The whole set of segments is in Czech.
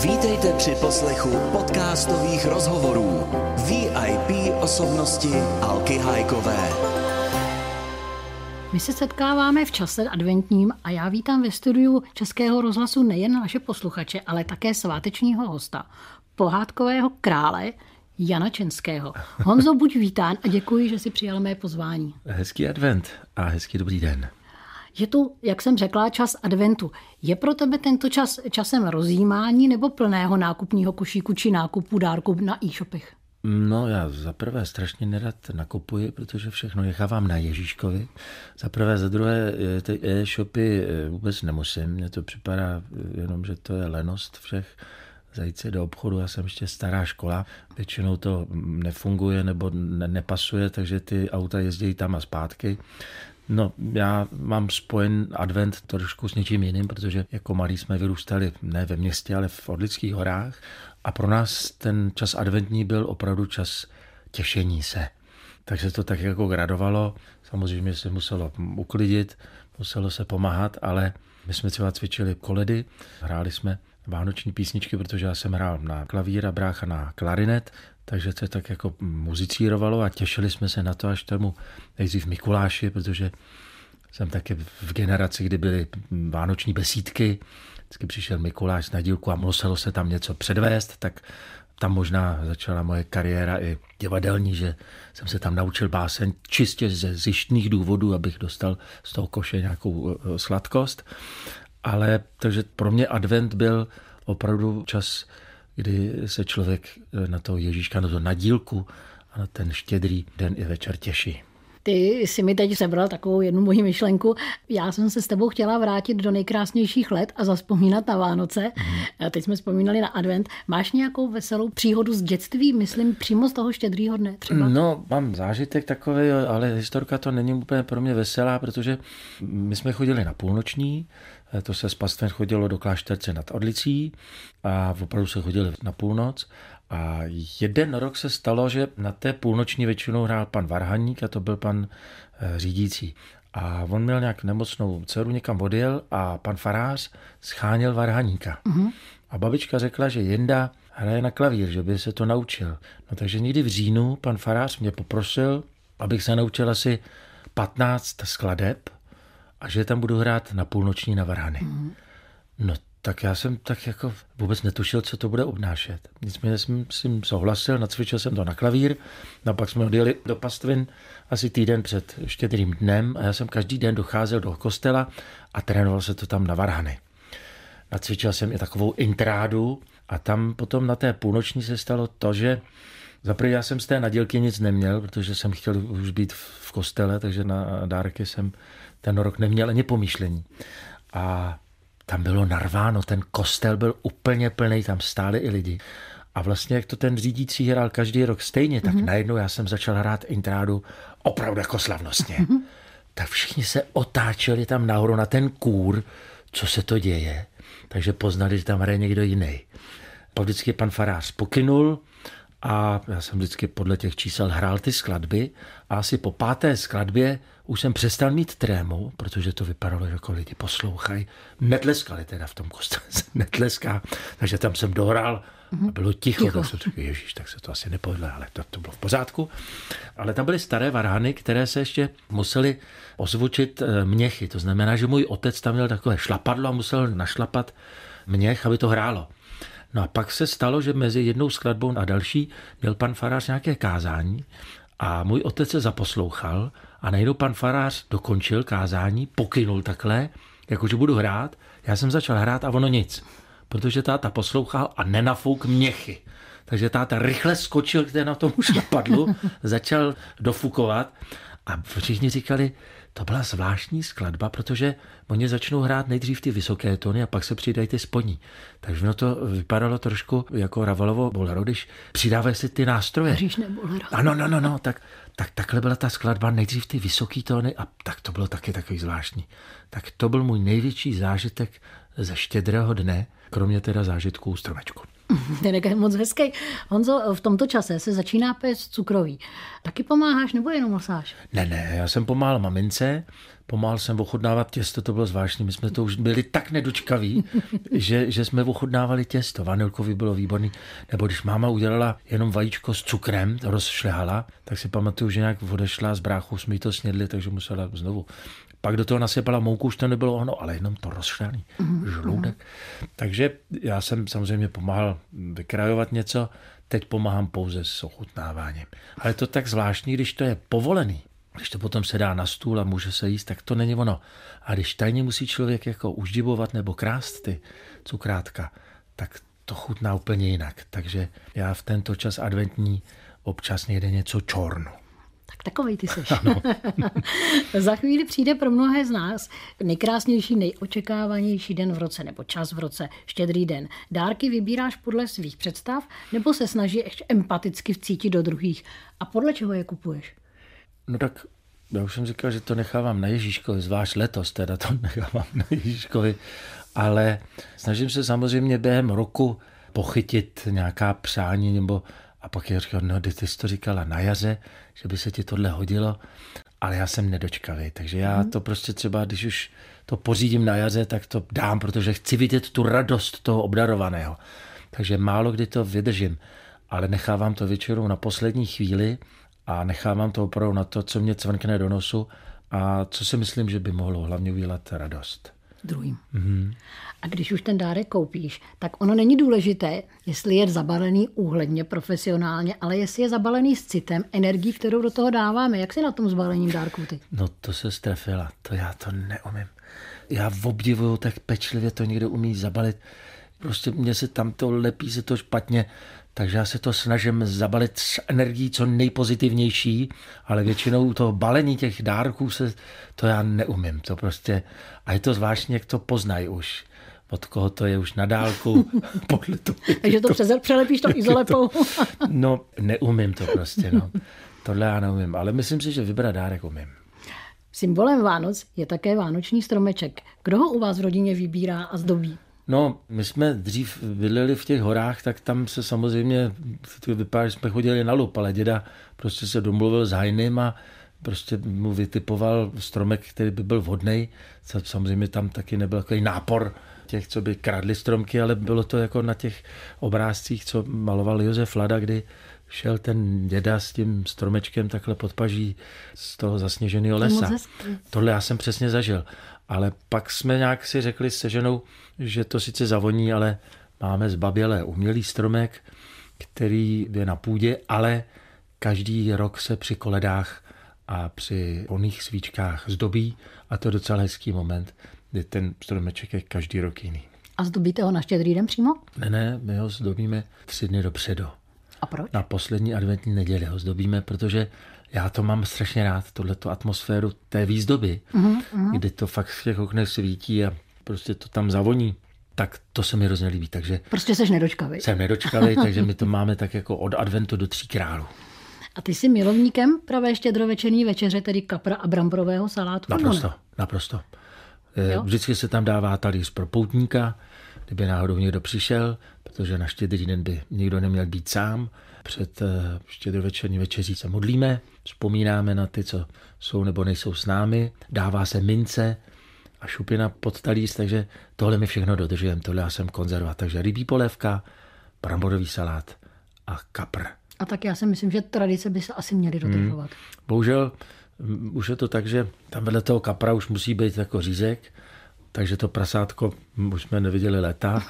Vítejte při poslechu podcastových rozhovorů VIP osobnosti Alky Hájkové. My se setkáváme v čase adventním a já vítám ve studiu Českého rozhlasu nejen naše posluchače, ale také svátečního hosta, pohádkového krále Jana Čenského. Honzo, buď vítán a děkuji, že jsi přijal mé pozvání. Hezký advent a hezký dobrý den. Je tu, jak jsem řekla, čas adventu. Je pro tebe tento čas časem rozjímání nebo plného nákupního košíku či nákupu dárků na e-shopech? No já zaprvé strašně nerad nakupuji, protože všechno nechávám na Ježíškovi. Zaprvé, za druhé ty e-shopy vůbec nemusím. Mně to připadá jenom, že to je lenost všech zajít si do obchodu. Já jsem ještě stará škola. Většinou to nefunguje nebo nepasuje, takže ty auta jezdí tam a zpátky. No, já mám spojen advent trošku s něčím jiným, protože jako malí jsme vyrůstali ne ve městě, ale v Orlických horách a pro nás ten čas adventní byl opravdu čas těšení se. Takže to tak jako gradovalo, samozřejmě se muselo uklidit, muselo se pomáhat, ale my jsme třeba cvičili koledy, hráli jsme vánoční písničky, protože já jsem hrál na klavír a brácha na klarinet, takže to tak jako muzicírovalo a těšili jsme se na to až tomu nejdřív Mikuláši, protože jsem taky v generaci, kdy byly vánoční besídky, vždycky přišel Mikuláš na dílku a muselo se tam něco předvést, tak tam možná začala moje kariéra i divadelní, že jsem se tam naučil báseň čistě ze zištných důvodů, abych dostal z toho koše nějakou sladkost. Ale takže pro mě advent byl opravdu čas, kdy se člověk na toho Ježíška, na to nadílku a na ten štědrý den i večer těší. Ty jsi mi teď sebral takovou jednu moji myšlenku. Já jsem se s tebou chtěla vrátit do nejkrásnějších let a zazpomínat na Vánoce. Teď jsme vzpomínali na advent. Máš nějakou veselou příhodu z dětství, myslím, přímo z toho štědrýho dne třeba? No, mám zážitek takový, ale historka to není úplně pro mě veselá, protože my jsme chodili na půlnoční, to se s pastvem chodilo do Klášterce nad Orlicí a opravdu se chodili na půlnoc. A jeden rok se stalo, že na té půlnoční většinou hrál pan Varhaník a to byl pan řídící. A on měl nějak nemocnou dceru, někam odjel a pan farář scháněl Varhaníka. A babička řekla, že Jenda hraje na klavír, že by se to naučil. No takže někdy v říjnu pan farář mě poprosil, abych se naučil asi 15 skladeb a že tam budu hrát na půlnoční na varhany. No tak já jsem tak jako vůbec netušil, co to bude obnášet. Nicméně jsem s tím souhlasil, nacvičil jsem to na klavír, no pak jsme odjeli do pastvin asi týden před štědrým dnem a já jsem každý den docházel do kostela a trénoval se to tam na varhany. Nacvičil jsem i takovou intrádu a tam potom na té půlnoční se stalo to, že zaprvé já jsem z té nadělky nic neměl, protože jsem chtěl už být v kostele, takže na dárky jsem ten rok neměl ani pomýšlení. A tam bylo narváno, ten kostel byl úplně plný, tam stáli i lidi. A vlastně, jak to ten řídící hrál každý rok stejně, tak najednou já jsem začal hrát intrádu opravdu jako slavnostně. Tak všichni se otáčeli tam nahoru na ten kůr, co se to děje. Takže poznali, že tam hraje někdo jiný. Pak vždycky pan farář pokynul a já jsem vždycky podle těch čísel hrál ty skladby a asi po 5. skladbě už jsem přestal mít trému, protože to vypadalo, že jako lidi poslouchají. Netleskali teda v tom kostele, netleská, takže tam jsem dohrál a bylo ticho. Tak jsem řekl, ježíš, tak se to asi nepovedlo, ale to bylo v pořádku. Ale tam byly staré varhany, které se ještě museli ozvučit měchy. To znamená, že můj otec tam měl takové šlapadlo a musel našlapat měch, aby to hrálo. No a pak se stalo, že mezi jednou skladbou a další měl pan farář nějaké kázání a můj otec se zaposlouchal a najednou pan farář dokončil kázání, pokynul takhle, jakože budu hrát. Já jsem začal hrát a ono nic, protože táta poslouchal a nenafouk měchy. Takže táta rychle skočil k na tomu šlapadlu, začal dofukovat a všichni říkali, to byla zvláštní skladba, protože oni začnou hrát nejdřív ty vysoké tóny a pak se přidají ty spodní. Takže ono to vypadalo trošku jako Ravalovo bolero, když přidávají si ty nástroje. Hříšné bolero. Ano, tak takhle byla ta skladba, nejdřív ty vysoký tóny a tak to bylo taky takový zvláštní. Tak to byl můj největší zážitek ze štědrého dne, kromě teda zážitků stromečku. Ten je moc hezký. Honzo, v tomto čase se začíná péct cukroví. Taky pomáháš nebo jenom masáž? Ne, já jsem pomáhal mamince, pomáhal jsem ochutnávat těsto, to bylo zvláštní. My jsme to už byli tak nedočkaví, že jsme ochutnávali těsto. Vanilkový bylo výborný. Nebo když máma udělala jenom vajíčko s cukrem, to rozšlehala, tak si pamatuju, že nějak odešla z bráchou, jsme jí to snědli, takže musela znovu. Pak do toho nasypala mouku, už to nebylo ono, ale jenom to rozšlehaný žaludek. Takže já jsem samozřejmě pomáhal vykrajovat něco, teď pomáhám pouze s ochutnáváním. Ale je to tak zvláštní, když to je povolený, když to potom se dá na stůl a může se jíst, tak to není ono. A když tajně musí člověk jako uždibovat nebo krást ty cukrátka, tak to chutná úplně jinak. Takže já v tento čas adventní občas někde něco čornu. Tak takovej ty seš. Za chvíli přijde pro mnohé z nás nejkrásnější, nejočekávanější den v roce nebo čas v roce, Štědrý den. Dárky vybíráš podle svých představ nebo se snažíš empaticky vcítit do druhých? A podle čeho je kupuješ? No tak já už jsem říkal, že to nechávám na Ježíškovi, zvlášť letos teda to nechávám na Ježíškovi, ale snažím se samozřejmě během roku pochytit nějaká přání nebo a pak já říkal, no ty jsi to říkala na jaře, že by se ti tohle hodilo, ale já jsem nedočkavý, takže já to prostě třeba, když už to pořídím na jaře, tak to dám, protože chci vidět tu radost toho obdarovaného. Takže málo kdy to vydržím, ale nechávám to většinou na poslední chvíli a nechávám to opravdu na to, co mě cvrkne do nosu a co si myslím, že by mohlo hlavně udělat radost. Druhým. A když už ten dárek koupíš, tak ono není důležité, jestli je zabalený úhledně, profesionálně, ale jestli je zabalený s citem, energií, kterou do toho dáváme. Jak jsi na tom s balením dárků ty? No to se strefila, to já to neumím. Já obdivuju, tak pečlivě to někdo umí zabalit. Prostě mně se tam to lepí se to špatně, takže já se to snažím zabalit s energií co nejpozitivnější, ale většinou u toho balení těch dárků to já neumím. To prostě, a je to zvláštní, jak to poznají už. Od koho to je už na dálku. Podle toho. Takže to přelepíš to izolepou. No, neumím to prostě. No. Tohle já neumím, ale myslím si, že vybrat dárek umím. Symbolem Vánoc je také vánoční stromeček. Kdo ho u vás v rodině vybírá a zdobí? No, my jsme dřív bydleli v těch horách, tak tam se samozřejmě, to vypadá, že jsme chodili na lup, ale děda prostě se domluvil s hajným a prostě mu vytipoval stromek, který by byl vhodnej. Samozřejmě tam taky nebyl takový nápor těch, co by kradli stromky, ale bylo to jako na těch obrázcích, co maloval Josef Lada, kdy šel ten děda s tím stromečkem takhle pod paží z toho zasněženého lesa. Tohle já jsem přesně zažil. Ale pak jsme nějak si řekli se ženou, že to sice zavoní, ale máme zbabělé umělý stromek, který je na půdě, ale každý rok se při koledách a při oných svíčkách zdobí a to je docela hezký moment, kdy ten stromeček je každý rok jiný. A zdobíte ho na Štědrý den přímo? Ne, my ho zdobíme 3 dny dopředu. A proč? Na poslední adventní neděli ho zdobíme, protože já to mám strašně rád, tohleto atmosféru té výzdoby, kdy to fakt v těch oknech svítí a prostě to tam zavoní, tak to se mi hrozně líbí. Takže prostě seš nedočkavý. Jsem nedočkavý, takže my to máme tak jako od adventu do 3 králů. A ty jsi milovníkem pravé štědrovečerní večeře, tedy kapra a bramborového salátu? Naprosto. Vždycky se tam dává talíř pro poutníka, kdyby náhodou někdo přišel, protože na Štědrý den by nikdo neměl být sám. Před štědrovečerní večeří se modlíme, vzpomínáme na ty, co jsou nebo nejsou s námi, dává se mince a šupina pod talíř, takže tohle my všechno dodržujeme, tohle já jsem konzerva. Takže rybí polévka, bramborový salát a kapr. A tak já si myslím, že tradice by se asi měly dodržovat. Bohužel už je to tak, že tam vedle toho kapra už musí být jako řízek, takže to prasátko už jsme neviděli léta.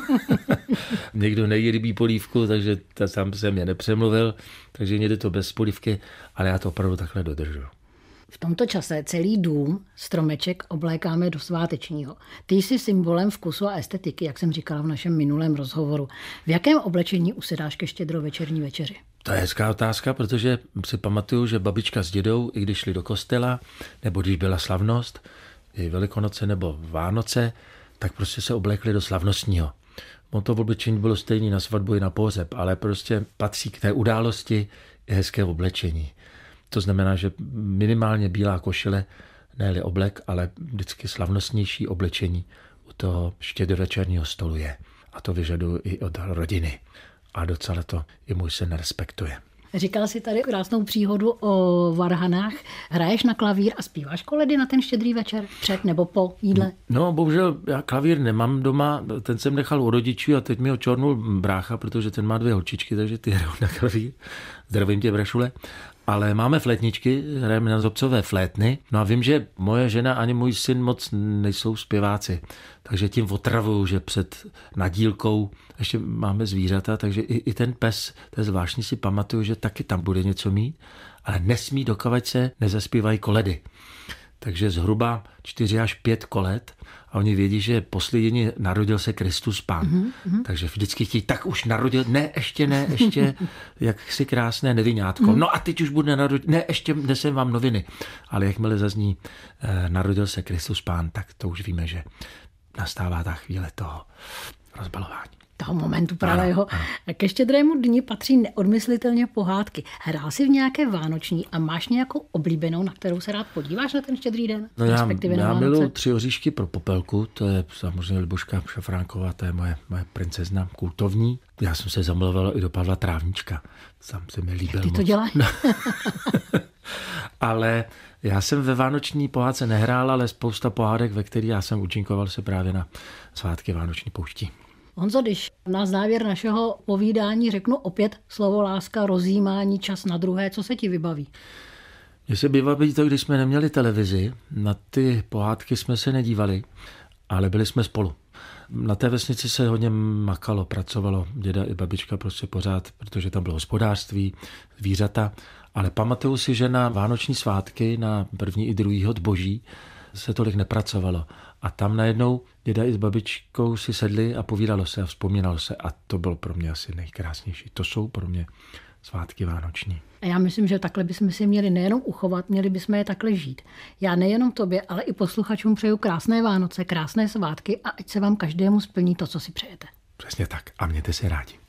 Někdo nejí rybí polívku, takže sám jsem je nepřemluvil, takže někde to bez polívky, ale já to opravdu takhle dodržuji. V tomto čase celý dům, stromeček oblékáme do svátečního. Ty jsi symbolem vkusu a estetiky, jak jsem říkala v našem minulém rozhovoru. V jakém oblečení usedáš ke štědrovečerní večeři? To je hezká otázka, protože si pamatuju, že babička s dědou, i když šli do kostela, nebo když byla slavnost, i Velikonoce nebo Vánoce, tak prostě se oblékli do slavnostního. To oblečení bylo stejné na svatbu i na pohřeb, ale prostě patří k té události i hezké oblečení. To znamená, že minimálně bílá košile, ne-li oblek, ale vždycky slavnostnější oblečení u toho štědrovečerního stolu je. A to vyžaduju i od rodiny. A docela to i můj syn respektuje. Říkal jsi tady krásnou příhodu o varhanách. Hraješ na klavír a zpíváš koledy na ten štědrý večer před nebo po jídle? No, bohužel já klavír nemám doma, ten jsem nechal u rodičů a teď mi ho čornul brácha, protože ten má 2 holčičky, takže ty hrajou na klavír. Zdravím tě, brašule. Ale máme flétničky, hrajeme na zobcové flétny. No a vím, že moje žena ani můj syn moc nejsou zpěváci. Takže tím otravuju, že před nadílkou ještě máme zvířata, takže i ten pes, to je zvláštní, si pamatuju, že taky tam bude něco mít, ale nesmí, dokavať se nezaspívají koledy. Takže zhruba 4 až 5 kolet a oni vědí, že poslední narodil se Kristus Pán. Takže vždycky chtějí, tak už narodil, ne, ještě, jak si krásné nevinátko. No a teď už bude narodit, ne, ještě nesem vám noviny. Ale jakmile zazní narodil se Kristus Pán, tak to už víme, že nastává ta chvíle toho rozbalování. Toho momentu pravého. Ke štědrému dni patří neodmyslitelně pohádky. Hrál jsi v nějaké vánoční a máš nějakou oblíbenou, na kterou se rád podíváš na ten štědrý den? No já miluji 3 oříšky pro popelku, to je samozřejmě Libuška Šafránková, to je moje princezna kultovní. Já jsem se zamiloval i do Pavla Trávníčka, tam se mi líbil. Jak ty to děláš? No. Ale já jsem ve vánoční pohádce nehrál, ale spousta pohádek, ve kterých já jsem účinkoval, se právě na svátky vánoční pouští. Honzo, když na závěr našeho povídání řeknu opět slovo láska, rozjímání, čas na druhé, co se ti vybaví? Mně se vybaví to, když jsme neměli televizi, na ty pohádky jsme se nedívali, ale byli jsme spolu. Na té vesnici se hodně makalo, pracovalo děda i babička prostě pořád, protože tam bylo hospodářství, zvířata, ale pamatuju si, že na vánoční svátky, na 1. i 2. Boží, se tolik nepracovalo. A tam najednou děda i s babičkou si sedli a povídalo se a vzpomínalo se. A to bylo pro mě asi nejkrásnější. To jsou pro mě svátky vánoční. A já myslím, že takhle bychom si měli nejenom uchovat, měli bychom je takhle žít. Já nejenom tobě, ale i posluchačům přeju krásné Vánoce, krásné svátky a ať se vám každému splní to, co si přejete. Přesně tak. A mějte se rádi.